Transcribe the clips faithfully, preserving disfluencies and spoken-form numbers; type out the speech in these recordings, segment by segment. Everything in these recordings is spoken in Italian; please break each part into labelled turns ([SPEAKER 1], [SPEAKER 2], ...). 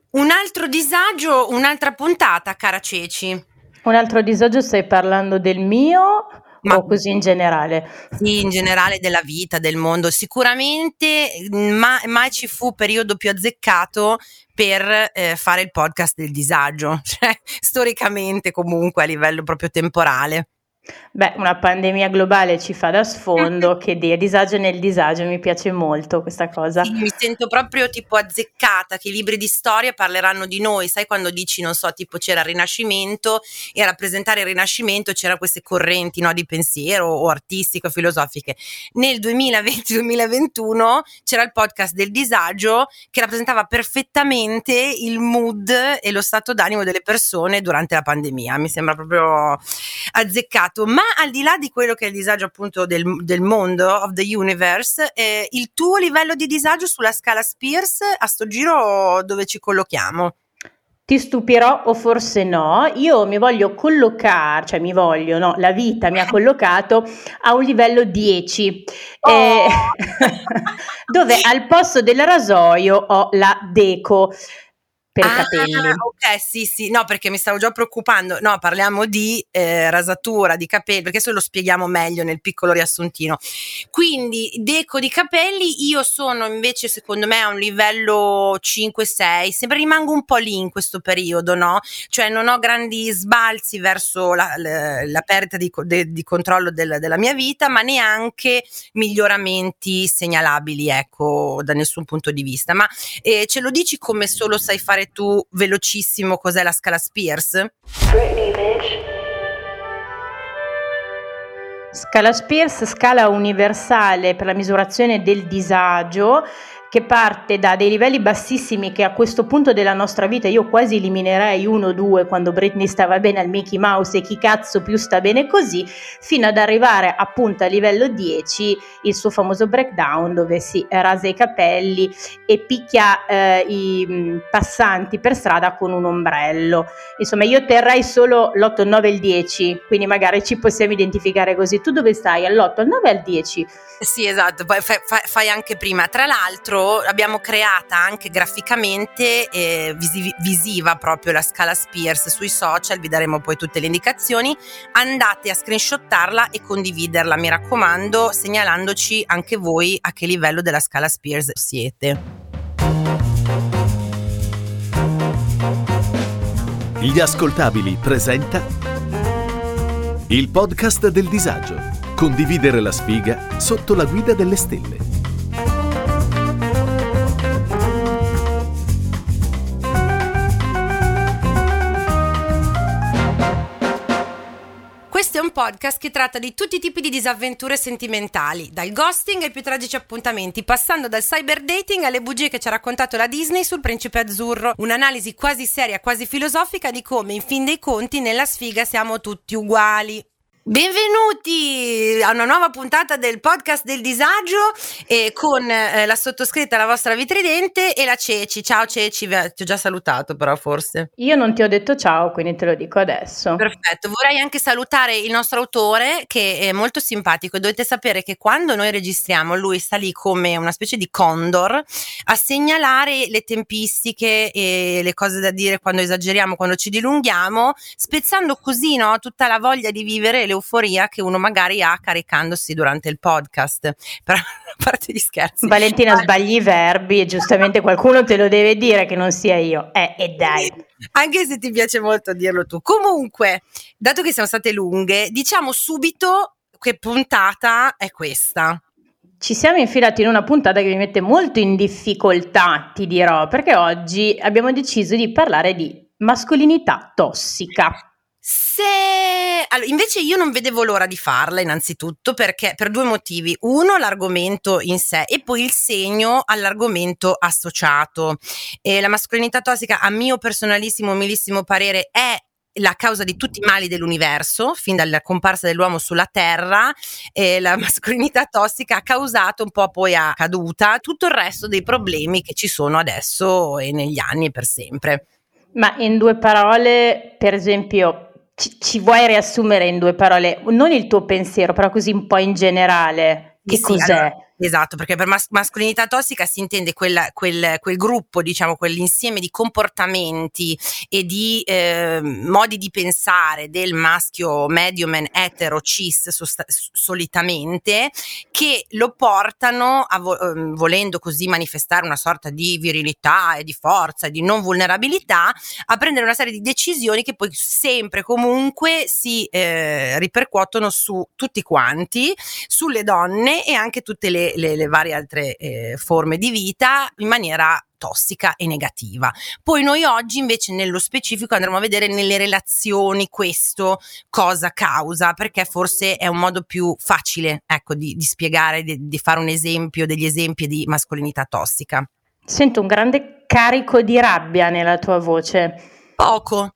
[SPEAKER 1] Un altro disagio, un'altra puntata, cara Ceci.
[SPEAKER 2] Un altro disagio, stai parlando del mio
[SPEAKER 1] Ma
[SPEAKER 2] o così in generale?
[SPEAKER 1] Sì, in generale della vita, del mondo. Sicuramente ma, mai ci fu periodo più azzeccato per eh, fare il podcast del disagio, cioè storicamente comunque a livello proprio temporale.
[SPEAKER 2] Beh, una pandemia globale ci fa da sfondo, che dire, disagio nel disagio, mi piace molto questa cosa.
[SPEAKER 1] Sì, mi sento proprio tipo azzeccata che i libri di storia parleranno di noi, sai quando dici, non so, tipo c'era il Rinascimento e a rappresentare il Rinascimento c'era queste correnti, no, di pensiero o artistiche o filosofiche. Nel duemilaventi duemilaventuno c'era il podcast del disagio che rappresentava perfettamente il mood e lo stato d'animo delle persone durante la pandemia, mi sembra proprio azzeccato. Ma al di là di quello che è il disagio appunto del, del mondo, of the universe, eh, il tuo livello di disagio sulla scala Spears, a sto giro dove ci collochiamo?
[SPEAKER 2] Ti stupirò o forse no, io mi voglio collocare, cioè mi voglio, no, la vita mi ha collocato a un livello dieci,
[SPEAKER 1] Oh!
[SPEAKER 2] eh, dove al posto del rasoio ho la deco per i
[SPEAKER 1] Ah,
[SPEAKER 2] capelli.
[SPEAKER 1] ok, sì, sì, no, perché mi stavo già preoccupando. No, parliamo di eh, rasatura di capelli, perché adesso lo spieghiamo meglio nel piccolo riassuntino. Quindi, deco di capelli, io sono invece, secondo me, a un livello cinque sei, sempre rimango un po' lì in questo periodo, no? Cioè non ho grandi sbalzi verso la, la, la perdita di, de, di controllo del, della mia vita, ma neanche miglioramenti segnalabili, ecco, da nessun punto di vista. Ma eh, ce lo dici come solo sai fare tu velocissimo cos'è la scala Spears?
[SPEAKER 2] Scala Spears, scala universale per la misurazione del disagio, che parte da dei livelli bassissimi che a questo punto della nostra vita io quasi eliminerei uno o due, quando Britney stava bene al Mickey Mouse e chi cazzo più sta bene così, fino ad arrivare appunto a livello dieci, il suo famoso breakdown dove si rasa i capelli e picchia eh, i mh, passanti per strada con un ombrello. Insomma, io terrei solo l'otto, il nove e il dieci, quindi magari ci possiamo identificare così. Tu dove stai? All'otto, al nove e al dieci?
[SPEAKER 1] Sì, esatto, poi fai, fai, fai anche prima. Tra l'altro abbiamo creata anche graficamente eh, visiv- visiva proprio la scala Spears sui social, vi daremo poi tutte le indicazioni. Andate a screenshottarla e condividerla, mi raccomando, segnalandoci anche voi a che livello della scala Spears siete.
[SPEAKER 3] Gli Ascoltabili presenta il podcast del disagio. Condividere la sfiga sotto la guida delle stelle.
[SPEAKER 1] Questo è un podcast che tratta di tutti i tipi di disavventure sentimentali, dal ghosting ai più tragici appuntamenti, passando dal cyberdating alle bugie che ci ha raccontato la Disney sul Principe Azzurro. Un'analisi quasi seria, quasi filosofica di come, in fin dei conti, nella sfiga siamo tutti uguali. Benvenuti a una nuova puntata del podcast del disagio eh, con eh, la sottoscritta, la vostra vitridente, e la Ceci. Ciao Ceci, ti ho già salutato però forse.
[SPEAKER 2] Io non ti ho detto ciao, quindi te lo dico adesso.
[SPEAKER 1] Perfetto, vorrei anche salutare il nostro autore che è molto simpatico e dovete sapere che quando noi registriamo lui sta lì come una specie di condor a segnalare le tempistiche e le cose da dire quando esageriamo, quando ci dilunghiamo, spezzando così, no, tutta la voglia di vivere e l'euforia che uno magari ha caricandosi durante il podcast. Però a parte gli scherzi.
[SPEAKER 2] Valentina,
[SPEAKER 1] Ma...
[SPEAKER 2] sbagli i verbi e giustamente qualcuno te lo deve dire che non sia io. Eh, e dai.
[SPEAKER 1] Anche se ti piace molto dirlo tu. Comunque, dato che siamo state lunghe, diciamo subito che puntata è questa.
[SPEAKER 2] Ci siamo infilati in una puntata che mi mette molto in difficoltà, ti dirò, perché oggi abbiamo deciso di parlare di mascolinità tossica.
[SPEAKER 1] Se allora, invece io non vedevo l'ora di farla, innanzitutto perché per due motivi: uno, l'argomento in sé, e poi il segno all'argomento associato. E la mascolinità tossica, a mio personalissimo umilissimo parere, è la causa di tutti i mali dell'universo, fin dalla comparsa dell'uomo sulla terra. E la mascolinità tossica ha causato un po', poi a caduta, tutto il resto dei problemi che ci sono adesso e negli anni e per sempre.
[SPEAKER 2] Ma in due parole, per esempio, ci, ci vuoi riassumere in due parole, non il tuo pensiero, però così un po' in generale, che
[SPEAKER 1] Sì,
[SPEAKER 2] cos'è?
[SPEAKER 1] allora, Esatto, perché per mas- mascolinità tossica si intende quella- quel, quel gruppo, diciamo, quell'insieme di comportamenti e di eh, modi di pensare del maschio medio, man, etero, cis, sosta- solitamente, che lo portano, a vo- ehm, volendo così manifestare una sorta di virilità e di forza e di non vulnerabilità, a prendere una serie di decisioni che poi sempre comunque si eh, ripercuotono su tutti quanti, sulle donne e anche tutte le, le, le varie altre eh, forme di vita in maniera tossica e negativa. Poi noi oggi invece nello specifico andremo a vedere nelle relazioni questo cosa causa, perché forse è un modo più facile, ecco, di, di spiegare, di, di fare un esempio, degli esempi di mascolinità tossica.
[SPEAKER 2] Sento un grande carico di rabbia nella tua voce.
[SPEAKER 1] Poco,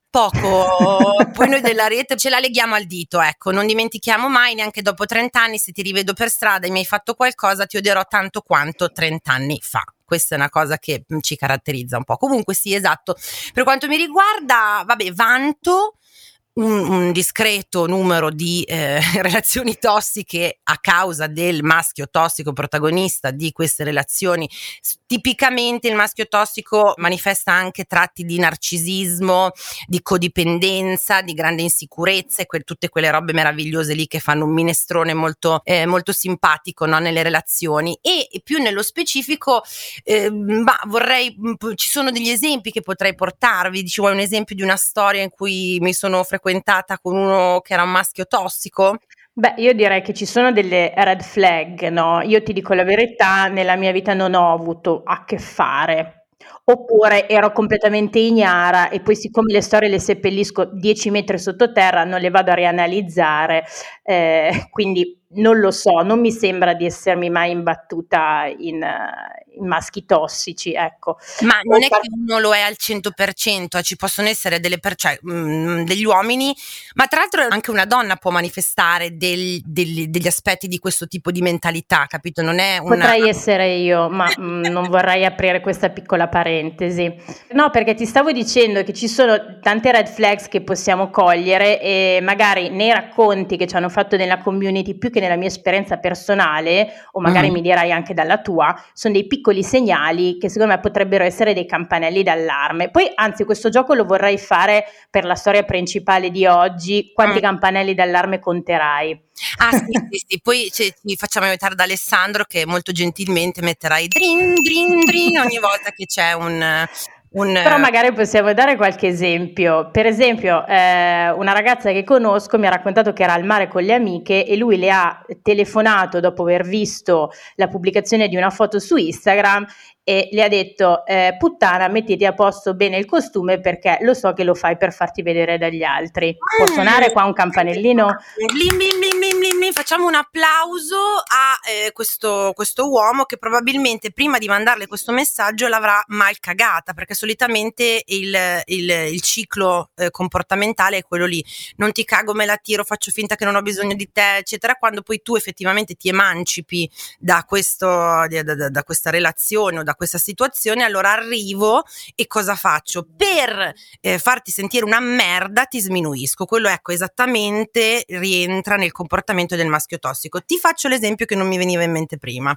[SPEAKER 1] poco. Poi noi della rete ce la leghiamo al dito, ecco, non dimentichiamo mai, neanche dopo trenta anni, se ti rivedo per strada e mi hai fatto qualcosa, ti odierò tanto quanto trenta anni fa. Questa è una cosa che mh, ci caratterizza un po'. Comunque sì, esatto. Per quanto mi riguarda, vabbè, vanto un, un discreto numero di eh, relazioni tossiche a causa del maschio tossico protagonista di queste relazioni. Tipicamente il maschio tossico manifesta anche tratti di narcisismo, di codipendenza, di grande insicurezza e que- tutte quelle robe meravigliose lì che fanno un minestrone molto, eh, molto simpatico, no, nelle relazioni. E più nello specifico, eh, bah, vorrei, ci sono degli esempi che potrei portarvi. Dicevo, un esempio di una storia in cui mi sono frequentata con uno che era un maschio tossico.
[SPEAKER 2] Beh, io direi che ci sono delle red flag, no? Io ti dico la verità, nella mia vita non ho avuto a che fare. Oppure ero completamente ignara e poi siccome le storie le seppellisco dieci metri sottoterra non le vado a rianalizzare, eh, quindi non lo so, non mi sembra di essermi mai imbattuta in, uh, in maschi tossici, ecco.
[SPEAKER 1] Ma non è che uno lo è al cento per cento, ci possono essere delle per- cioè, mh, degli uomini, ma tra l'altro anche una donna può manifestare del, del, degli aspetti di questo tipo di mentalità, capito? Non è una...
[SPEAKER 2] Potrei essere io, ma mh, non vorrei aprire questa piccola parentesi. No, perché ti stavo dicendo che ci sono tante red flags che possiamo cogliere e magari nei racconti che ci hanno fatto nella community, più che nella mia esperienza personale, o magari mm. mi dirai anche dalla tua, sono dei piccoli segnali che secondo me potrebbero essere dei campanelli d'allarme. Poi, anzi, questo gioco lo vorrei fare per la storia principale di oggi. Quanti mm. campanelli d'allarme conterai?
[SPEAKER 1] Ah sì, sì, sì. Poi ci facciamo aiutare da Alessandro che molto gentilmente metterai drin, drin, drin ogni volta che c'è un... Un...
[SPEAKER 2] Però magari possiamo dare qualche esempio. Per esempio, eh, una ragazza che conosco mi ha raccontato che era al mare con le amiche e lui le ha telefonato dopo aver visto la pubblicazione di una foto su Instagram e le ha detto eh, puttana, mettiti a posto bene il costume perché lo so che lo fai per farti vedere dagli altri. Può suonare qua un campanellino?
[SPEAKER 1] Blim, blim, blim, blim, blim, blim. Facciamo un applauso a eh, questo, questo uomo che probabilmente prima di mandarle questo messaggio l'avrà mal cagata, perché solitamente il, il, il ciclo eh, comportamentale è quello lì: non ti cago, me la tiro, faccio finta che non ho bisogno di te, eccetera. Quando poi tu effettivamente ti emancipi da, questo, da, da, da questa relazione o da questa situazione, allora arrivo e cosa faccio? Per eh, farti sentire una merda ti sminuisco. Quello, ecco, esattamente rientra nel comportamento del maschio tossico. Ti faccio l'esempio che non mi veniva in mente prima.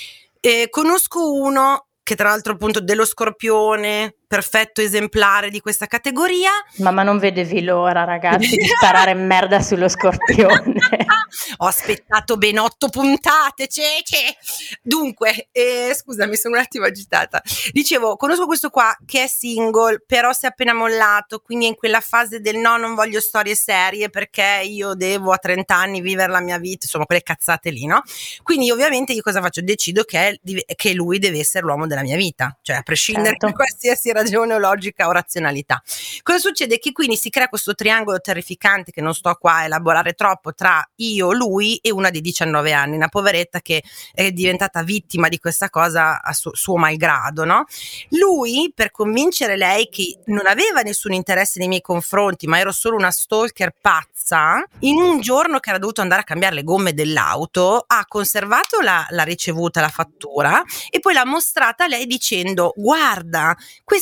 [SPEAKER 1] Eh, conosco uno che tra l'altro appunto dello Scorpione, perfetto esemplare di questa categoria.
[SPEAKER 2] Mamma, non vedevi l'ora, ragazzi, di sparare merda sullo Scorpione.
[SPEAKER 1] Ho aspettato ben otto puntate, cece. Dunque, eh, scusa, mi sono un attimo agitata. Dicevo, conosco questo qua che è single, però si è appena mollato, quindi è in quella fase del no, non voglio storie serie perché io devo a trenta anni vivere la mia vita, insomma, quelle cazzate lì, no? Quindi ovviamente io cosa faccio? Decido che, che lui deve essere l'uomo della mia vita, cioè a prescindere certo. da qualsiasi ragione o logica o razionalità. Cosa succede? Che quindi si crea questo triangolo terrificante che non sto qua a elaborare troppo tra io, lui e una di diciannove anni, una poveretta che è diventata vittima di questa cosa a su- suo malgrado, no? Lui, per convincere lei che non aveva nessun interesse nei miei confronti, ma ero solo una stalker pazza, in un giorno che era dovuto andare a cambiare le gomme dell'auto, ha conservato la, la ricevuta, la fattura, e poi l'ha mostrata a lei dicendo: guarda, questa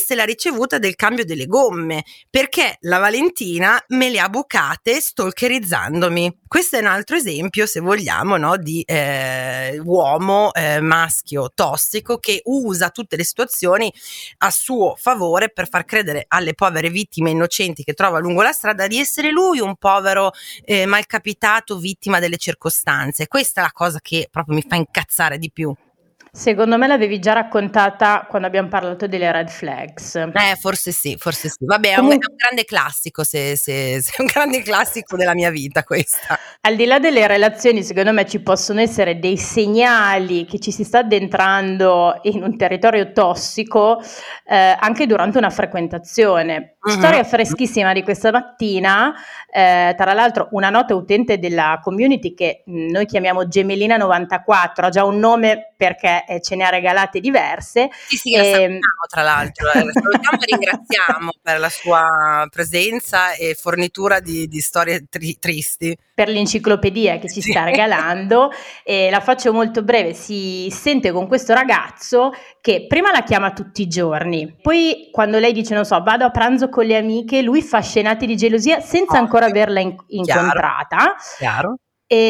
[SPEAKER 1] se l'ha ricevuta del cambio delle gomme, perché la Valentina me le ha bucate stalkerizzandomi. Questo è un altro esempio, se vogliamo, no, di eh, uomo eh, maschio tossico che usa tutte le situazioni a suo favore per far credere alle povere vittime innocenti che trova lungo la strada di essere lui un povero eh, malcapitato vittima delle circostanze. Questa è la cosa che proprio mi fa incazzare di più.
[SPEAKER 2] Secondo me l'avevi già raccontata quando abbiamo parlato delle red flags.
[SPEAKER 1] Eh, forse sì, forse sì. Vabbè, è un,
[SPEAKER 2] Comun-
[SPEAKER 1] è un grande classico, se, se, se è un grande classico della mia vita questa.
[SPEAKER 2] Al di là delle relazioni, secondo me ci possono essere dei segnali che ci si sta addentrando in un territorio tossico eh, anche durante una frequentazione.
[SPEAKER 1] Mhm.
[SPEAKER 2] Storia freschissima di questa mattina, eh, tra l'altro una nota utente della community che mh, noi chiamiamo Gemellina novantaquattro, ha già un nome perché eh, ce ne ha regalate diverse.
[SPEAKER 1] Sì, sì, la
[SPEAKER 2] Ehm,
[SPEAKER 1] salutiamo tra l'altro, eh, la salutiamo e ringraziamo per la sua presenza e fornitura di, di storie tri- tristi.
[SPEAKER 2] per l'enciclopedia che ci
[SPEAKER 1] Sì.
[SPEAKER 2] sta regalando, e la faccio molto breve. Si sente con questo ragazzo che prima la chiama tutti i giorni, poi quando lei dice non so vado a pranzo con le amiche, lui fa scenate di gelosia senza ancora
[SPEAKER 1] Ovvio.
[SPEAKER 2] averla in- incontrata.
[SPEAKER 1] Chiaro?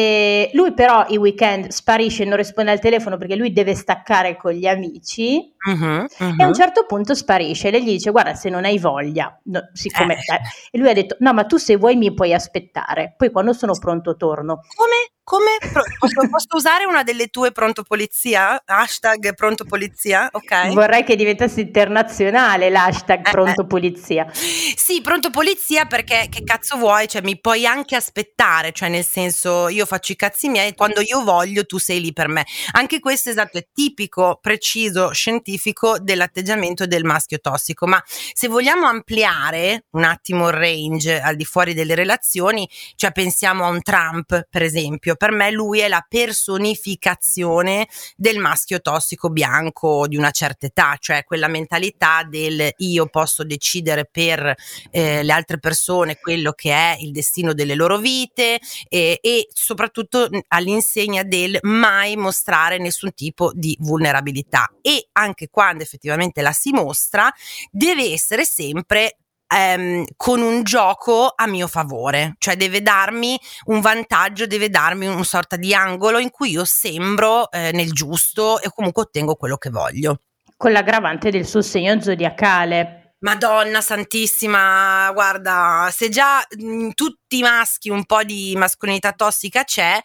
[SPEAKER 2] E lui però i weekend sparisce e non risponde al telefono perché lui deve staccare con gli amici.
[SPEAKER 1] Mhm,
[SPEAKER 2] E a un
[SPEAKER 1] mhm.
[SPEAKER 2] certo punto sparisce, lei gli dice guarda se non hai voglia, no, siccome
[SPEAKER 1] Eh.
[SPEAKER 2] eh, e lui ha detto no ma tu se vuoi mi puoi aspettare, poi quando sono pronto torno.
[SPEAKER 1] Come? Come? Pro- posso, posso usare una delle tue pronto polizia? Hashtag pronto polizia, ok?
[SPEAKER 2] Vorrei che diventasse internazionale l'hashtag
[SPEAKER 1] Eh,
[SPEAKER 2] pronto
[SPEAKER 1] eh.
[SPEAKER 2] polizia.
[SPEAKER 1] Sì, pronto polizia perché che cazzo vuoi? Cioè mi puoi anche aspettare, cioè nel senso io faccio i cazzi miei, quando io voglio tu sei lì per me. Anche questo esatto è tipico, preciso, scientifico dell'atteggiamento del maschio tossico, ma se vogliamo ampliare un attimo il range al di fuori delle relazioni, cioè pensiamo a un Trump per esempio, per me lui è la personificazione del maschio tossico bianco di una certa età, cioè quella mentalità del io posso decidere per eh, le altre persone quello che è il destino delle loro vite eh, e soprattutto all'insegna del mai mostrare nessun tipo di vulnerabilità, e anche quando effettivamente la si mostra deve essere sempre ehm, con un gioco a mio favore, cioè deve darmi un vantaggio, deve darmi una sorta di angolo in cui io sembro eh, nel giusto e comunque ottengo quello che voglio.
[SPEAKER 2] Con l'aggravante del suo segno zodiacale.
[SPEAKER 1] Madonna santissima, guarda, se già in tutti i maschi un po' di mascolinità tossica c'è,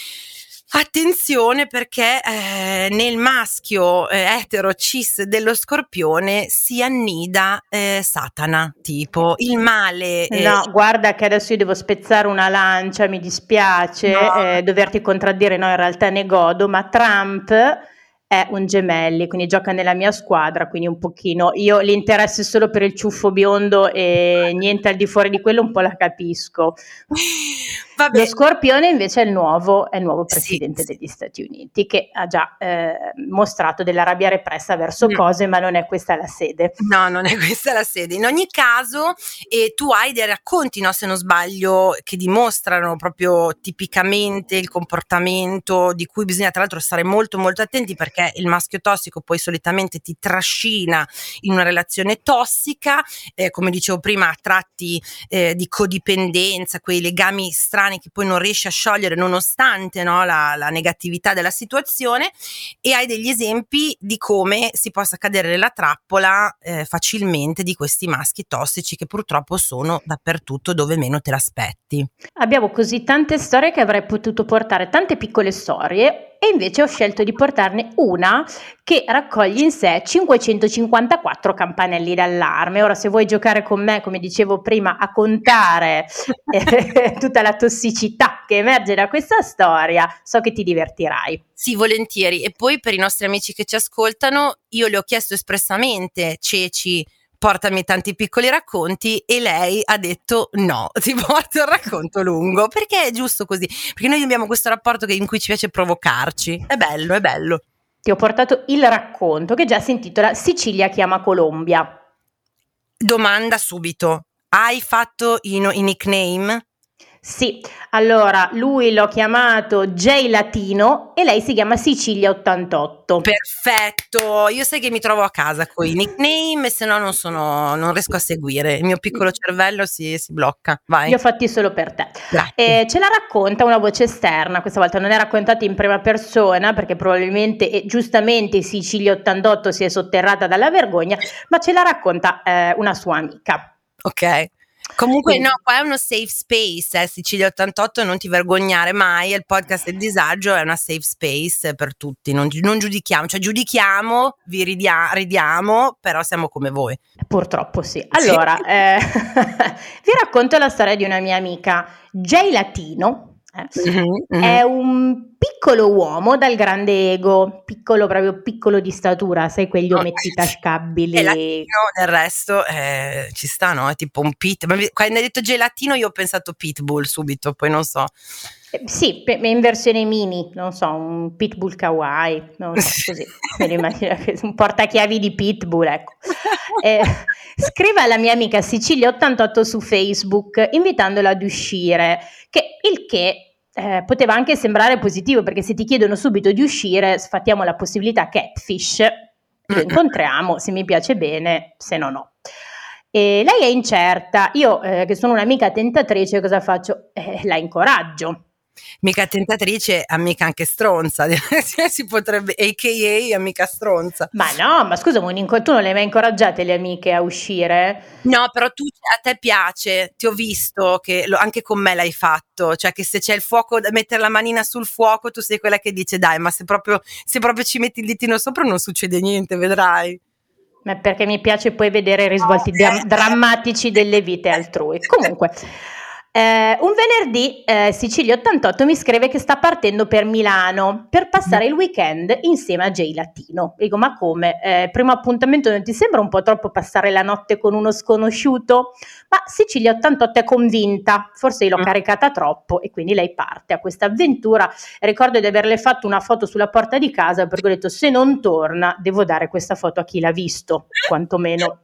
[SPEAKER 1] attenzione perché eh, nel maschio eh, etero cis dello Scorpione si annida eh, Satana, tipo il male. Eh,
[SPEAKER 2] No, guarda che adesso io devo spezzare una lancia, mi dispiace
[SPEAKER 1] No.
[SPEAKER 2] eh, doverti contraddire, no in realtà ne godo, ma Trump è un gemelli, quindi gioca nella mia squadra, quindi un pochino, io l'interesse solo per il ciuffo biondo e niente al di fuori di quello un po' la capisco.
[SPEAKER 1] Vabbè.
[SPEAKER 2] Lo Scorpione invece è il nuovo, è il nuovo
[SPEAKER 1] Sì,
[SPEAKER 2] presidente
[SPEAKER 1] sì.
[SPEAKER 2] degli Stati Uniti che ha già eh, mostrato della rabbia repressa verso
[SPEAKER 1] Mm.
[SPEAKER 2] cose, ma non è questa la sede.
[SPEAKER 1] No, non è questa la sede. In ogni caso, eh, tu hai dei racconti, no, se non sbaglio, che dimostrano proprio tipicamente il comportamento di cui bisogna tra l'altro stare molto molto attenti, perché il maschio tossico poi solitamente ti trascina in una relazione tossica, eh, come dicevo prima, a tratti eh, di codipendenza, quei legami strani che poi non riesci a sciogliere nonostante, no, la, la negatività della situazione, e hai degli esempi di come si possa cadere nella trappola eh, facilmente di questi maschi tossici che purtroppo sono dappertutto dove meno te l'aspetti.
[SPEAKER 2] Abbiamo così tante storie che avrei potuto portare, tante piccole storie, e invece ho scelto di portarne una che raccoglie in sé cinquecentocinquantaquattro campanelli d'allarme. Ora, se vuoi giocare con me, come dicevo prima, a contare eh, tutta la tossicità che emerge da questa storia, so che ti divertirai.
[SPEAKER 1] Sì, volentieri. E poi per i nostri amici che ci ascoltano, io le ho chiesto espressamente, Ceci, portami tanti piccoli racconti, e lei ha detto no, ti porto un racconto lungo, perché è giusto così, perché noi abbiamo questo rapporto che, in cui ci piace provocarci, è bello, è bello.
[SPEAKER 2] Ti ho portato il racconto che già si intitola Sicilia chiama Colombia.
[SPEAKER 1] Domanda subito, hai fatto i, no- i nickname?
[SPEAKER 2] Sì, allora lui l'ho chiamato J Latino e lei si chiama Sicilia ottantotto.
[SPEAKER 1] Perfetto, io sai che mi trovo a casa con i nickname, se no non sono, non riesco a seguire, il mio piccolo cervello si, si blocca. Vai.
[SPEAKER 2] Li ho fatti solo per te.
[SPEAKER 1] Grazie.
[SPEAKER 2] Eh, ce la racconta una voce esterna, questa volta non è raccontata in prima persona perché probabilmente e giustamente Sicilia ottantotto si è sotterrata dalla vergogna, ma ce la racconta eh, una sua amica.
[SPEAKER 1] Ok. Comunque
[SPEAKER 2] Quindi.
[SPEAKER 1] no, qua è uno safe space, eh, Sicilia ottantotto, non ti vergognare mai, il podcast del disagio è una safe space per tutti, non, gi- non giudichiamo, cioè giudichiamo, vi ridia- ridiamo, però siamo come voi.
[SPEAKER 2] Purtroppo sì. Allora, eh, vi racconto la storia di una mia amica, J Latino. Eh,
[SPEAKER 1] Mhm, mhm.
[SPEAKER 2] È un piccolo uomo dal grande ego, piccolo proprio piccolo di statura, sai quegli
[SPEAKER 1] Ok.
[SPEAKER 2] ometti tascabili.
[SPEAKER 1] E latino del resto eh, ci sta, no? È tipo un pit. Ma mi- quando hai detto gelatino io ho pensato pitbull subito, poi non so.
[SPEAKER 2] Eh, Sì, pe- in versione mini, non so, un pitbull kawaii, non so, così, me lo immagino che un portachiavi di pitbull, ecco. Eh, scrive alla mia amica Sicilia ottantotto su Facebook invitandola ad uscire, che il che eh, poteva anche sembrare positivo, perché se ti chiedono subito di uscire, sfattiamo la possibilità catfish, lo incontriamo, se mi piace bene, se no no. E lei è incerta, io eh, che sono un'amica tentatrice, cosa faccio? Eh, la incoraggio.
[SPEAKER 1] Mica tentatrice, amica anche stronza, si potrebbe, a k a amica stronza.
[SPEAKER 2] Ma no, ma scusa, un inco- tu non le hai mai incoraggiate le amiche a uscire?
[SPEAKER 1] No, però tu a te piace, ti ho visto che lo- anche con me l'hai fatto, cioè che se c'è il fuoco da mettere la manina sul fuoco, tu sei quella che dice dai, ma se proprio, se proprio ci metti il ditino sopra non succede niente, vedrai.
[SPEAKER 2] Ma perché mi piace poi vedere i risvolti dra- drammatici delle vite altrui. Comunque, eh, un venerdì eh, Sicilia ottantotto mi scrive che sta partendo per Milano per passare il weekend insieme a J Latino. Dico, ma come? Eh, primo appuntamento non ti sembra un po' troppo passare la notte con uno sconosciuto? Ma Sicilia ottantotto è convinta, forse io l'ho
[SPEAKER 1] Mm.
[SPEAKER 2] caricata troppo e quindi lei parte a questa avventura. Ricordo di averle fatto una foto sulla porta di casa perché ho detto se non torna devo dare questa foto a chi l'ha visto, quantomeno.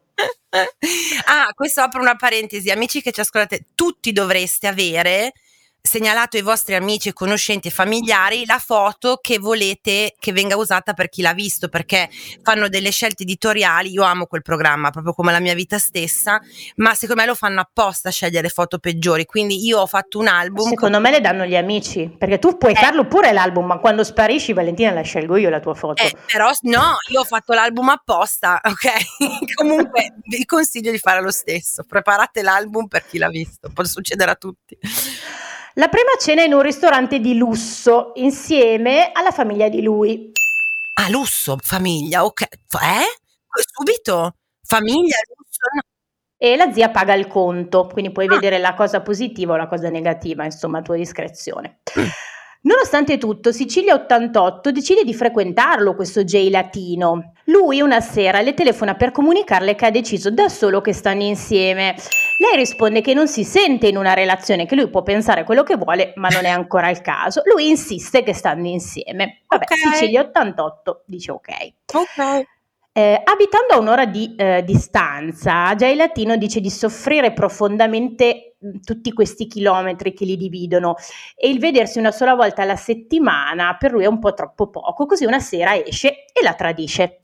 [SPEAKER 1] Ah, questo apro una parentesi, amici che ci ascoltate, tutti dovreste avere segnalato ai vostri amici, conoscenti e familiari la foto che volete che venga usata per chi l'ha visto, perché fanno delle scelte editoriali. Io amo quel programma proprio come la mia vita stessa, ma secondo me lo fanno apposta a scegliere foto peggiori, quindi io ho fatto un album.
[SPEAKER 2] Secondo me le danno gli amici, perché tu puoi
[SPEAKER 1] Eh.
[SPEAKER 2] farlo pure l'album, ma quando sparisci, Valentina, la scelgo io la tua foto.
[SPEAKER 1] Eh, però no, io ho fatto l'album apposta, ok? Comunque vi consiglio di fare lo stesso, preparate l'album per chi l'ha visto, può succedere a tutti.
[SPEAKER 2] La prima cena in un ristorante di lusso insieme alla famiglia di lui.
[SPEAKER 1] Ah, lusso, famiglia, ok. Eh? Subito? Famiglia, lusso? No.
[SPEAKER 2] E la zia paga il conto, quindi puoi
[SPEAKER 1] Ah.
[SPEAKER 2] vedere la cosa positiva o la cosa negativa, insomma, a tua discrezione. Nonostante tutto, Sicilia ottantotto decide di frequentarlo questo J Latino. Lui una sera le telefona per comunicarle che ha deciso da solo che stanno insieme. Lei risponde che non si sente in una relazione, che lui può pensare quello che vuole, ma non è ancora il caso. Lui insiste che stanno insieme. Vabbè,
[SPEAKER 1] Ok.
[SPEAKER 2] Sicilia ottantotto dice ok.
[SPEAKER 1] Ok.
[SPEAKER 2] Eh, abitando a un'ora di eh, distanza, J Latino dice di soffrire profondamente mh, tutti questi chilometri che li dividono e il vedersi una sola volta alla settimana per lui è un po' troppo poco, così una sera esce e la tradisce.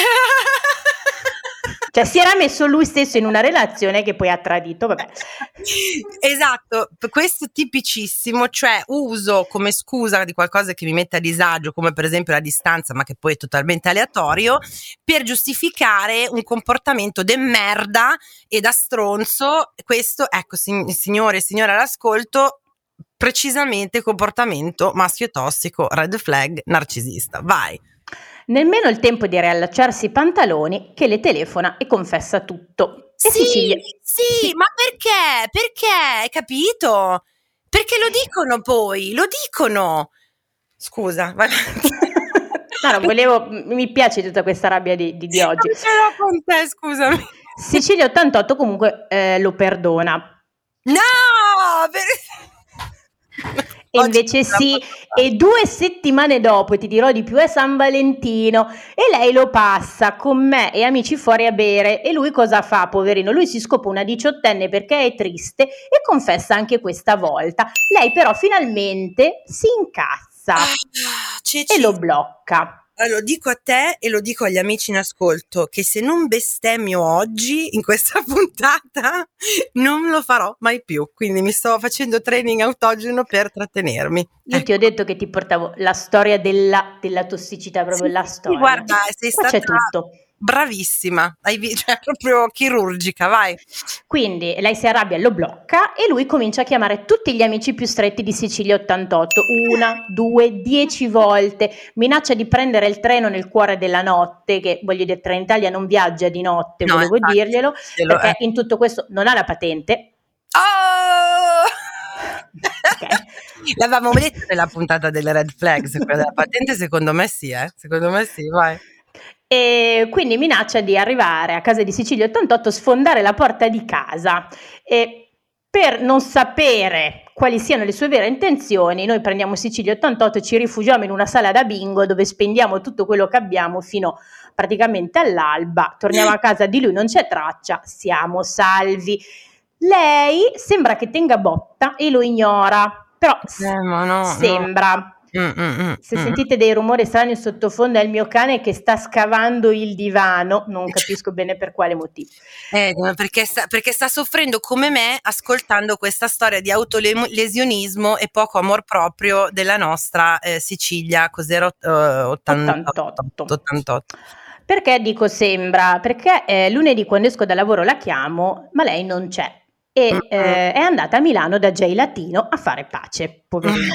[SPEAKER 2] Cioè si era messo lui stesso in una relazione che poi ha tradito, vabbè.
[SPEAKER 1] Esatto, questo è tipicissimo, cioè uso come scusa di qualcosa che mi mette a disagio, come per esempio la distanza, ma che poi è totalmente aleatorio, per giustificare un comportamento de merda e da stronzo. Questo, ecco, sig- signore e signore all'ascolto, precisamente comportamento maschio tossico, red flag, narcisista. Vai.
[SPEAKER 2] Nemmeno il tempo di riallacciarsi i pantaloni che le telefona e confessa tutto. E
[SPEAKER 1] Sì,
[SPEAKER 2] Sicilia...
[SPEAKER 1] sì,
[SPEAKER 2] sì.
[SPEAKER 1] ma perché? Perché? Hai capito? Perché lo dicono poi, lo dicono. Scusa, vai avanti.
[SPEAKER 2] No, no, volevo, mi piace tutta questa rabbia di, di, di oggi.
[SPEAKER 1] Non ce l'ho con te, scusami.
[SPEAKER 2] Sicilia ottantotto comunque eh, lo perdona.
[SPEAKER 1] No! Per...
[SPEAKER 2] E invece sì, e due settimane dopo, ti dirò di più, è San Valentino e lei lo passa con me e amici fuori a bere. E lui cosa fa, poverino? Lui si scopa una diciottenne perché è triste e confessa anche questa volta. Lei però finalmente si incazza
[SPEAKER 1] Ah,
[SPEAKER 2] e
[SPEAKER 1] Ceci,
[SPEAKER 2] lo blocca.
[SPEAKER 1] allora, lo dico a te e lo dico agli amici in ascolto, che se non bestemmio oggi in questa puntata non lo farò mai più, quindi mi sto facendo training autogeno per trattenermi.
[SPEAKER 2] Io
[SPEAKER 1] Eh.
[SPEAKER 2] ti ho detto che ti portavo la storia della, della tossicità, proprio
[SPEAKER 1] Sì,
[SPEAKER 2] la
[SPEAKER 1] sì,
[SPEAKER 2] storia.
[SPEAKER 1] guarda, sei
[SPEAKER 2] Qua
[SPEAKER 1] stata
[SPEAKER 2] c'è tutto.
[SPEAKER 1] bravissima, hai vi- cioè proprio chirurgica, vai.
[SPEAKER 2] Quindi lei si arrabbia, lo blocca e lui comincia a chiamare tutti gli amici più stretti di Sicilia ottantotto, una, due, dieci volte, minaccia di prendere il treno nel cuore della notte, che voglio dire, Trenitalia non viaggia di notte,
[SPEAKER 1] No,
[SPEAKER 2] volevo
[SPEAKER 1] infatti,
[SPEAKER 2] dirglielo,
[SPEAKER 1] te lo-
[SPEAKER 2] perché
[SPEAKER 1] eh.
[SPEAKER 2] in tutto questo non ha la patente.
[SPEAKER 1] Oh!
[SPEAKER 2] Ok.
[SPEAKER 1] L'avevamo detto nella puntata delle red flags, quella della patente secondo me sì, eh? Secondo me sì, vai.
[SPEAKER 2] E quindi minaccia di arrivare a casa di Sicilia ottantotto, sfondare la porta di casa e per non sapere quali siano le sue vere intenzioni noi prendiamo Sicilia ottantotto e ci rifugiamo in una sala da bingo dove spendiamo tutto quello che abbiamo fino praticamente all'alba, torniamo a casa di lui, non c'è traccia, siamo salvi. Lei sembra che tenga botta e lo ignora, però s-
[SPEAKER 1] Eh, ma no, no.
[SPEAKER 2] sembra.
[SPEAKER 1] Mm, mm, mm,
[SPEAKER 2] Se
[SPEAKER 1] mm.
[SPEAKER 2] sentite dei rumori strani in sottofondo è il mio cane che sta scavando il divano, non capisco bene per quale motivo.
[SPEAKER 1] Eh, perché, sta, perché sta soffrendo come me ascoltando questa storia di autolesionismo e poco amor proprio della nostra eh, Sicilia, cos'era? Uh, ottantotto, ottantotto.
[SPEAKER 2] Perché dico sembra? Perché eh, lunedì quando esco da lavoro la chiamo, ma lei non c'è e
[SPEAKER 1] Mm-hmm.
[SPEAKER 2] eh, è andata a Milano da Jay Latino a fare pace, poverino.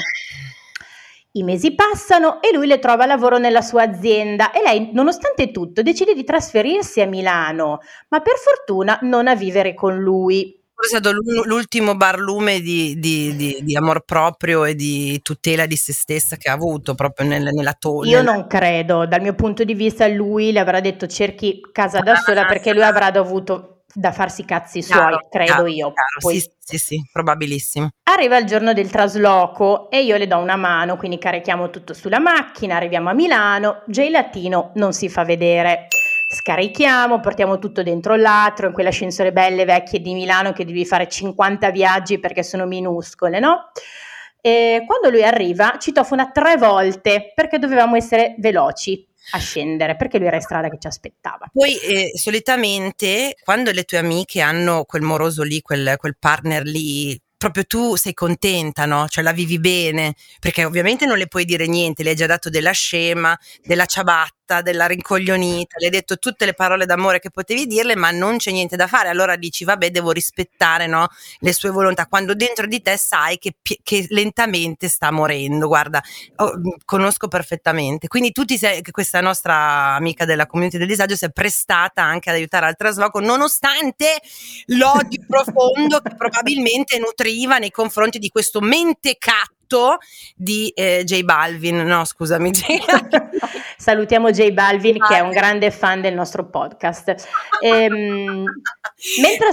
[SPEAKER 2] I mesi passano e lui le trova lavoro nella sua azienda e lei, nonostante tutto, decide di trasferirsi a Milano, ma per fortuna non a vivere con lui.
[SPEAKER 1] Forse è stato l'ultimo barlume di, di, di, di amor proprio e di tutela di se stessa che ha avuto proprio nel, nella tolla.
[SPEAKER 2] Io non credo, dal mio punto di vista lui le avrà detto cerchi casa da sola perché lui avrà dovuto da farsi cazzi suoi,
[SPEAKER 1] Chiaro,
[SPEAKER 2] credo
[SPEAKER 1] chiaro,
[SPEAKER 2] io.
[SPEAKER 1] chiaro.
[SPEAKER 2] Poi
[SPEAKER 1] Sì, sì, sì, probabilissimo.
[SPEAKER 2] arriva il giorno del trasloco e io le do una mano, quindi carichiamo tutto sulla macchina, arriviamo a Milano, Jay Latino non si fa vedere. Scarichiamo, portiamo tutto dentro l'atrio, in quell'ascensore belle vecchie di Milano che devi fare cinquanta viaggi perché sono minuscole, no? E quando lui arriva citofona tre volte perché dovevamo essere veloci a scendere, perché lui era in strada che ci aspettava.
[SPEAKER 1] Poi eh, solitamente quando le tue amiche hanno quel moroso lì, quel, quel partner lì, proprio tu sei contenta, no? Cioè la vivi bene, perché ovviamente non le puoi dire niente, le hai già dato della scema, della ciabatta, della rincoglionita, le hai detto tutte le parole d'amore che potevi dirle, ma non c'è niente da fare, allora dici vabbè devo rispettare, no? Le sue volontà, quando dentro di te sai che, che lentamente sta morendo, guarda, oh, conosco perfettamente, quindi tu ti sei, che questa nostra amica della community del disagio si è prestata anche ad aiutare al trasloco, nonostante l'odio profondo che probabilmente nutriva nei confronti di questo mentecatto di eh, J Balvin. No, scusami, J.
[SPEAKER 2] Salutiamo J Balvin che è un grande fan del nostro podcast. Ehm, mentre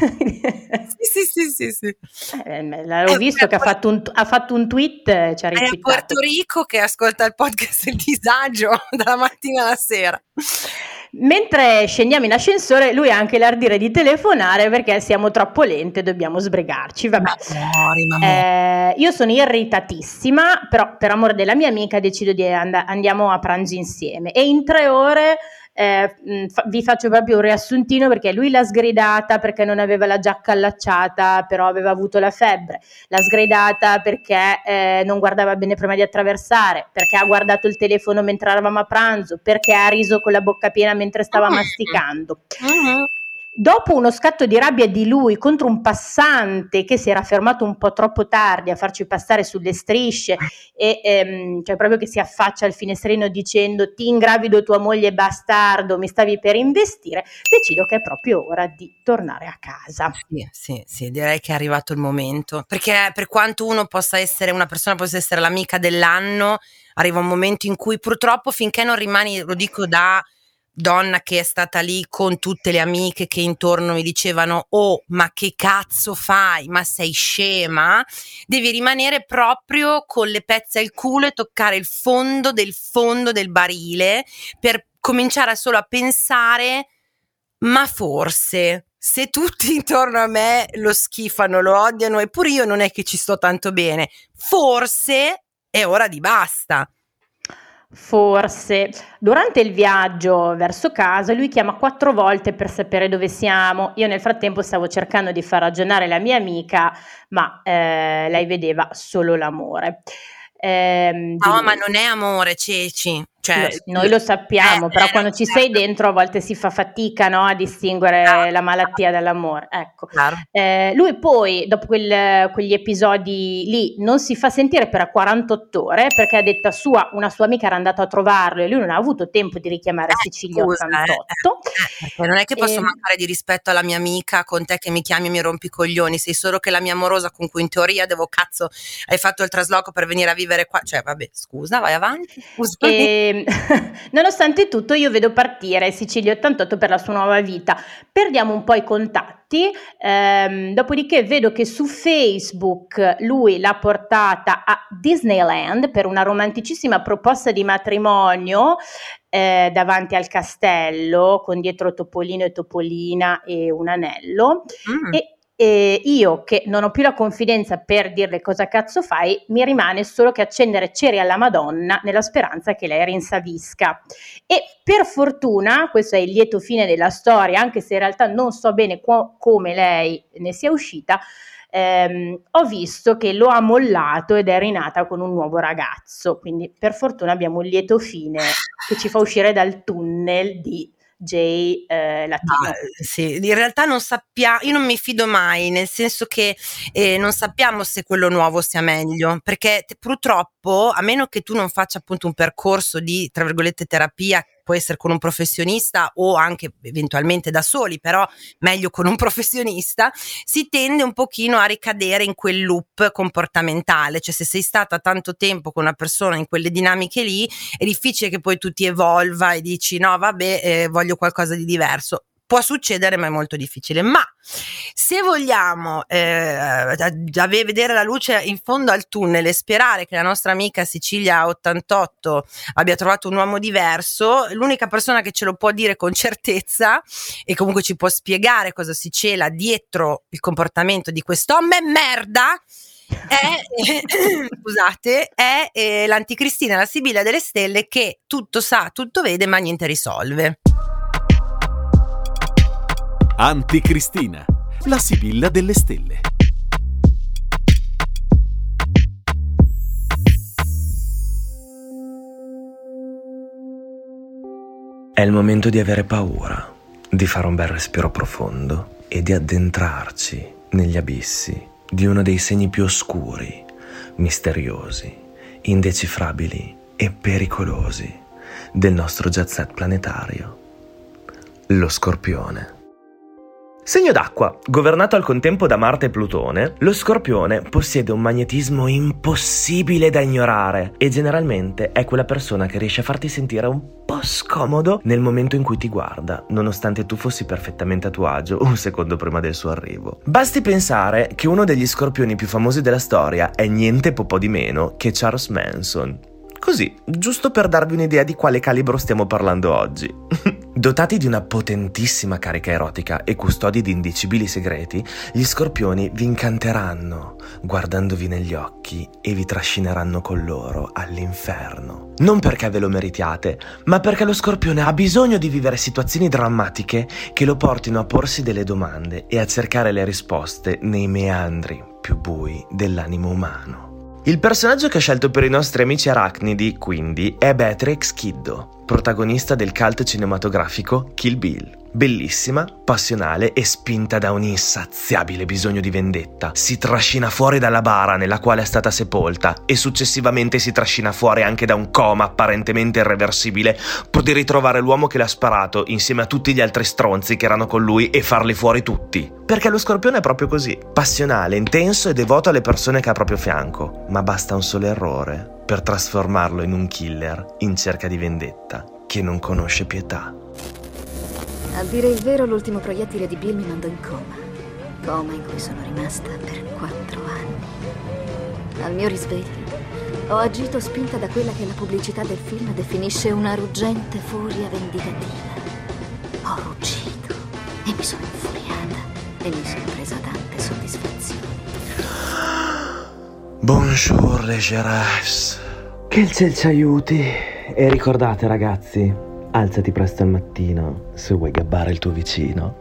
[SPEAKER 1] sì, sì, sì, sì.
[SPEAKER 2] Eh, l'ho visto che ha fatto, un, ha fatto un tweet, ci ha
[SPEAKER 1] È a Puerto Rico che ascolta il podcast Il Disagio dalla mattina alla sera.
[SPEAKER 2] Mentre scendiamo in ascensore, lui ha anche l'ardire di telefonare perché siamo troppo lente, dobbiamo sbrigarci. Vabbè.
[SPEAKER 1] Amori,
[SPEAKER 2] eh, io sono irritatissima, però per amore della mia amica decido di and- andiamo a pranzo insieme e in tre ore eh, fa- vi faccio proprio un riassuntino perché lui l'ha sgridata perché non aveva la giacca allacciata, però aveva avuto la febbre, l'ha sgridata perché eh, non guardava bene prima di attraversare, perché ha guardato il telefono mentre eravamo a pranzo, perché ha riso con la bocca piena mentre stava
[SPEAKER 1] mm-hmm.
[SPEAKER 2] masticando.
[SPEAKER 1] Mm-hmm.
[SPEAKER 2] Dopo uno scatto di rabbia di lui contro un passante che si era fermato un po' troppo tardi a farci passare sulle strisce e ehm, cioè proprio che si affaccia al finestrino dicendo ti ingravido tua moglie bastardo, mi stavi per investire, decido che è proprio ora di tornare a casa.
[SPEAKER 1] Sì, sì, sì, direi che è arrivato il momento, perché per quanto uno possa essere, una persona possa essere l'amica dell'anno, arriva un momento in cui purtroppo finché non rimani, lo dico da donna che è stata lì con tutte le amiche che intorno mi dicevano oh ma che cazzo fai, ma sei scema, devi rimanere proprio con le pezze al culo e toccare il fondo del fondo del barile per cominciare solo a pensare ma forse se tutti intorno a me lo schifano, lo odiano eppure io non è che ci sto tanto bene, forse è ora di basta.
[SPEAKER 2] Forse. Durante il viaggio verso casa lui chiama quattro volte per sapere dove siamo. Io nel frattempo stavo cercando di far ragionare la mia amica, ma eh, lei vedeva solo l'amore. Ehm,
[SPEAKER 1] No,
[SPEAKER 2] di
[SPEAKER 1] ma
[SPEAKER 2] lui.
[SPEAKER 1] non è amore, Ceci. Cioè,
[SPEAKER 2] Lo- noi lo sappiamo,
[SPEAKER 1] eh,
[SPEAKER 2] però
[SPEAKER 1] eh,
[SPEAKER 2] quando ci
[SPEAKER 1] certo.
[SPEAKER 2] sei dentro a volte si fa fatica, no, a distinguere
[SPEAKER 1] Chiaro,
[SPEAKER 2] la malattia dall'amore. Ecco.
[SPEAKER 1] chiaro.
[SPEAKER 2] Eh, lui poi, dopo quel- quegli episodi lì, non si fa sentire per quarantotto ore perché a detta sua una sua amica era andata a trovarlo e lui non ha avuto tempo di richiamare
[SPEAKER 1] Eh,
[SPEAKER 2] Sicilia
[SPEAKER 1] scusa, eh,
[SPEAKER 2] ottantotto.
[SPEAKER 1] eh, perché non è che posso
[SPEAKER 2] E-
[SPEAKER 1] mancare di rispetto alla mia amica con te che mi chiami e mi rompi i coglioni, sei solo che la mia amorosa con cui in teoria devo cazzo hai fatto il trasloco per venire a vivere qua, cioè vabbè scusa vai avanti, scusami.
[SPEAKER 2] E nonostante tutto io vedo partire Sicilia ottantotto per la sua nuova vita, perdiamo un po' i contatti, ehm, dopodiché vedo che su Facebook lui l'ha portata a Disneyland per una romanticissima proposta di matrimonio eh, davanti al castello con dietro Topolino e Topolina e un anello.
[SPEAKER 1] Mm.
[SPEAKER 2] E E io che non ho più la confidenza per dirle cosa cazzo fai, mi rimane solo che accendere ceri alla Madonna nella speranza che lei rinsavisca. E per fortuna, questo è il lieto fine della storia, anche se in realtà non so bene co- come lei ne sia uscita, ehm, ho visto che lo ha mollato ed è rinata con un nuovo ragazzo, quindi per fortuna abbiamo un lieto fine che ci fa uscire dal tunnel di Jay eh, Latino.
[SPEAKER 1] No, sì, in realtà non sappiamo, io non mi fido mai, nel senso che eh, non sappiamo se quello nuovo sia meglio, perché te- purtroppo, a meno che tu non faccia appunto un percorso di, tra virgolette, terapia, può essere con un professionista o anche eventualmente da soli, però meglio con un professionista, si tende un pochino a ricadere in quel loop comportamentale, cioè se sei stata tanto tempo con una persona in quelle dinamiche lì, è difficile che poi tu ti evolva e dici no vabbè eh, voglio qualcosa di diverso. Può succedere ma è molto difficile, ma se vogliamo eh, vedere la luce in fondo al tunnel e sperare che la nostra amica Sicilia ottantotto abbia trovato un uomo diverso, l'unica persona che ce lo può dire con certezza e comunque ci può spiegare cosa si cela dietro il comportamento di quest'uomo merda è, scusate, è eh, l'anticristina, la Sibilla delle stelle che tutto sa, tutto vede ma niente risolve.
[SPEAKER 3] Anticristina, la Sibilla delle stelle.
[SPEAKER 4] È il momento di avere paura, di fare un bel respiro profondo e di addentrarci negli abissi di uno dei segni più oscuri, misteriosi, indecifrabili e pericolosi del nostro jet set planetario, lo Scorpione. Segno d'acqua, governato al contempo da Marte e Plutone, lo Scorpione possiede un magnetismo impossibile da ignorare e generalmente è quella persona che riesce a farti sentire un po' scomodo nel momento in cui ti guarda, nonostante tu fossi perfettamente a tuo agio un secondo prima del suo arrivo. Basti pensare che uno degli scorpioni più famosi della storia è niente po' di meno che Charles Manson. Così, giusto per darvi un'idea di quale calibro stiamo parlando oggi. Dotati di una potentissima carica erotica e custodi di indicibili segreti, gli scorpioni vi incanteranno, guardandovi negli occhi, e vi trascineranno con loro all'inferno. Non perché ve lo meritiate, ma perché lo scorpione ha bisogno di vivere situazioni drammatiche che lo portino a porsi delle domande e a cercare le risposte nei meandri più bui dell'animo umano. Il personaggio che ha scelto per i nostri amici arachnidi, quindi, è Beatrix Kiddo, protagonista del cult cinematografico Kill Bill. Bellissima, passionale e spinta da un insaziabile bisogno di vendetta, si trascina fuori dalla bara nella quale è stata sepolta e successivamente si trascina fuori anche da un coma apparentemente irreversibile pur di ritrovare l'uomo che l'ha sparato insieme a tutti gli altri stronzi che erano con lui e farli fuori tutti. Perché lo scorpione è proprio così, passionale, intenso e devoto alle persone che ha a proprio fianco, ma basta un solo errore per trasformarlo in un killer in cerca di vendetta che non conosce pietà.
[SPEAKER 5] A dire il vero, l'ultimo proiettile di Bill mi mandò in coma. Coma in cui sono rimasta per quattro anni. Al mio risveglio ho agito spinta da quella che la pubblicità del film definisce una ruggente furia vendicativa. Ho ruggito e mi sono infuriata e mi sono presa tante soddisfazioni.
[SPEAKER 4] Bonjour les giraffes. Che il cielo ci aiuti. E ricordate ragazzi, alzati presto al mattino se vuoi gabbare il tuo vicino.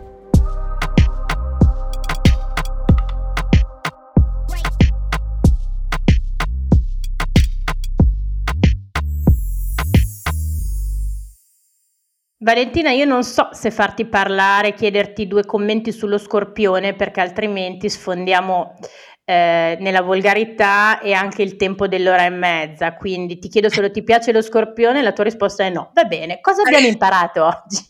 [SPEAKER 2] Valentina, io non so se farti parlare, chiederti due commenti sullo Scorpione, perché altrimenti sfondiamo eh, nella volgarità e anche il tempo dell'ora e mezza. Quindi ti chiedo solo: ti piace lo Scorpione? La tua risposta è no. Va bene, cosa abbiamo imparato oggi?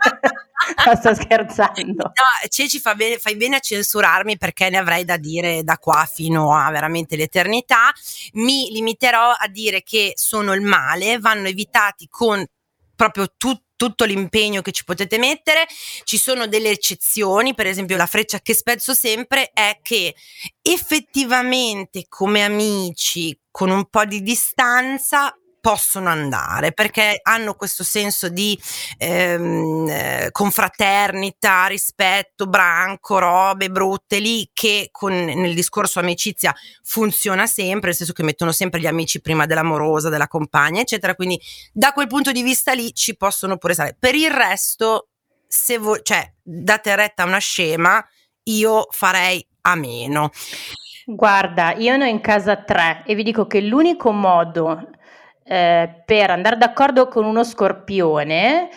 [SPEAKER 2] No, sto scherzando.
[SPEAKER 1] No, Ceci, fa bene, fai bene a censurarmi, perché ne avrei da dire da qua fino a veramente l'eternità. Mi limiterò a dire che sono il male, vanno evitati con proprio tutto tutto l'impegno che ci potete mettere. Ci sono delle eccezioni, per esempio la freccia che spezzo sempre è che effettivamente come amici con un po' di distanza possono andare, perché hanno questo senso di ehm, eh, confraternita, rispetto, branco, robe brutte lì, che con, nel discorso amicizia funziona sempre, nel senso che mettono sempre gli amici prima dell'amorosa, della compagna, eccetera. Quindi da quel punto di vista lì ci possono pure stare. Per il resto, se voi, cioè, date retta a una scema, io farei a meno.
[SPEAKER 2] Guarda, io ne ho in casa tre e vi dico che l'unico modo Eh, per andare d'accordo con uno Scorpione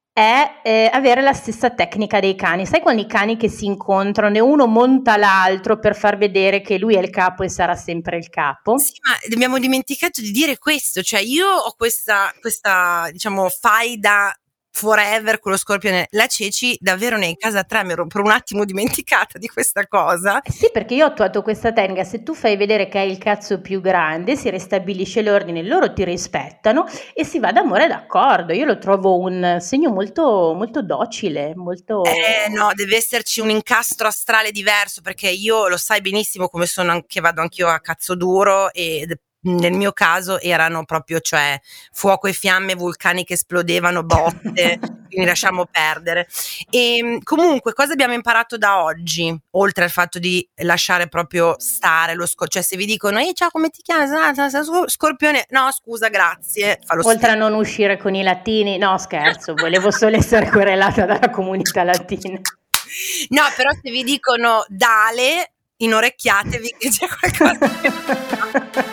[SPEAKER 2] è eh, avere la stessa tecnica dei cani. Sai, quando i cani che si incontrano e uno monta l'altro per far vedere che lui è il capo e sarà sempre il capo?
[SPEAKER 1] Sì, ma abbiamo dimenticato di dire questo, cioè io ho questa, questa diciamo faida forever con lo Scorpione. La Ceci davvero ne è in casa tre, mi ero per un attimo dimenticata di questa cosa.
[SPEAKER 2] Eh sì, perché io ho attuato questa tecnica: se tu fai vedere che hai il cazzo più grande, si ristabilisce l'ordine, loro ti rispettano e si va d'amore d'accordo. Io lo trovo un segno molto, molto docile, molto...
[SPEAKER 1] Eh no, deve esserci un incastro astrale diverso, perché io lo sai benissimo come sono, anche vado anch'io a cazzo duro, e nel mio caso erano proprio, cioè, fuoco e fiamme, vulcani che esplodevano, botte, quindi lasciamo perdere. E comunque, cosa abbiamo imparato da oggi, oltre al fatto di lasciare proprio stare lo Scorpione? Cioè, se vi dicono ehi ciao, come ti chiami? Scorpione, no scusa, grazie, fallo
[SPEAKER 2] oltre
[SPEAKER 1] stare.
[SPEAKER 2] a non uscire con i latini, no scherzo, volevo solo essere querelata dalla comunità latina.
[SPEAKER 1] No, però se vi dicono Dale, inorecchiatevi che c'è qualcosa che...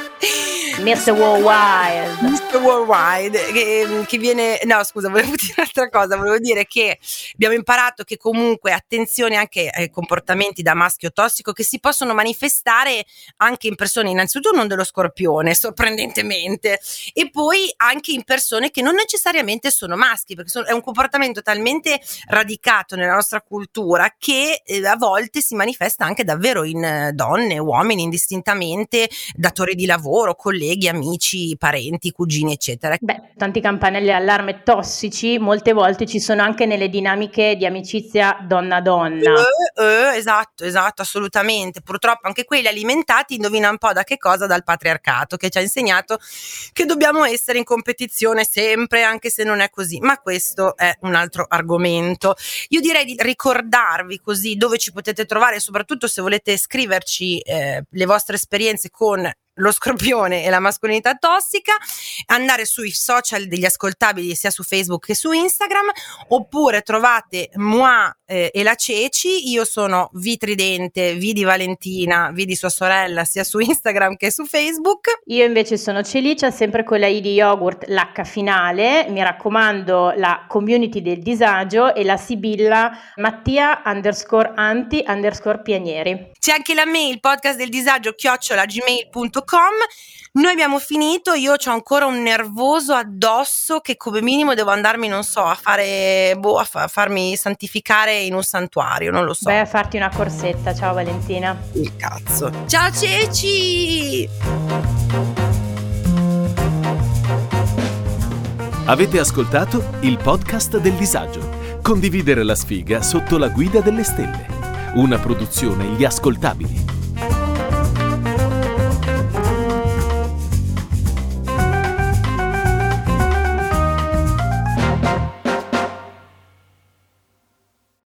[SPEAKER 2] mister Worldwide
[SPEAKER 1] mister Worldwide che, che viene, no scusa, volevo dire un'altra cosa, volevo dire che abbiamo imparato che comunque attenzione anche ai comportamenti da maschio tossico che si possono manifestare anche in persone, innanzitutto non dello Scorpione, sorprendentemente, e poi anche in persone che non necessariamente sono maschi, perché sono, è un comportamento talmente radicato nella nostra cultura che eh, a volte si manifesta anche davvero in eh, donne, uomini, indistintamente, datori di lavoro, colleghi, amici, parenti, cugini, eccetera.
[SPEAKER 2] Beh, tanti campanelli d'allarme tossici molte volte ci sono anche nelle dinamiche di amicizia donna-donna.
[SPEAKER 1] Eh, eh, esatto, esatto, assolutamente. Purtroppo anche quelli alimentati, indovina un po' da che cosa? Dal patriarcato, che ci ha insegnato che dobbiamo essere in competizione sempre, anche se non è così. Ma questo è un altro argomento. Io direi di ricordarvi così dove ci potete trovare, soprattutto se volete scriverci eh, le vostre esperienze con lo Scorpione e la mascolinità tossica, andare sui social degli ascoltabili sia su Facebook che su Instagram, oppure trovate moi eh, e la Ceci. Io sono V Tridente, V di Valentina, V di sua sorella, sia su Instagram che su Facebook.
[SPEAKER 2] Io invece sono Celicia, sempre con la I di yogurt, l'H finale, mi raccomando, la community del disagio, e la Sibilla Mattia underscore anti underscore pianieri.
[SPEAKER 1] C'è anche la mail podcast del disagio chiocciola gmail punto com. Noi abbiamo finito, io ho ancora un nervoso addosso che come minimo devo andarmi, non so, a fare boh, a, fa, a farmi santificare in un santuario, non lo so.
[SPEAKER 2] Vai a farti una corsetta. Ciao Valentina.
[SPEAKER 1] Il cazzo. Ciao Ceci.
[SPEAKER 3] Avete ascoltato il podcast del disagio. Condividere la sfiga sotto la guida delle stelle. Una produzione Gli Ascoltabili.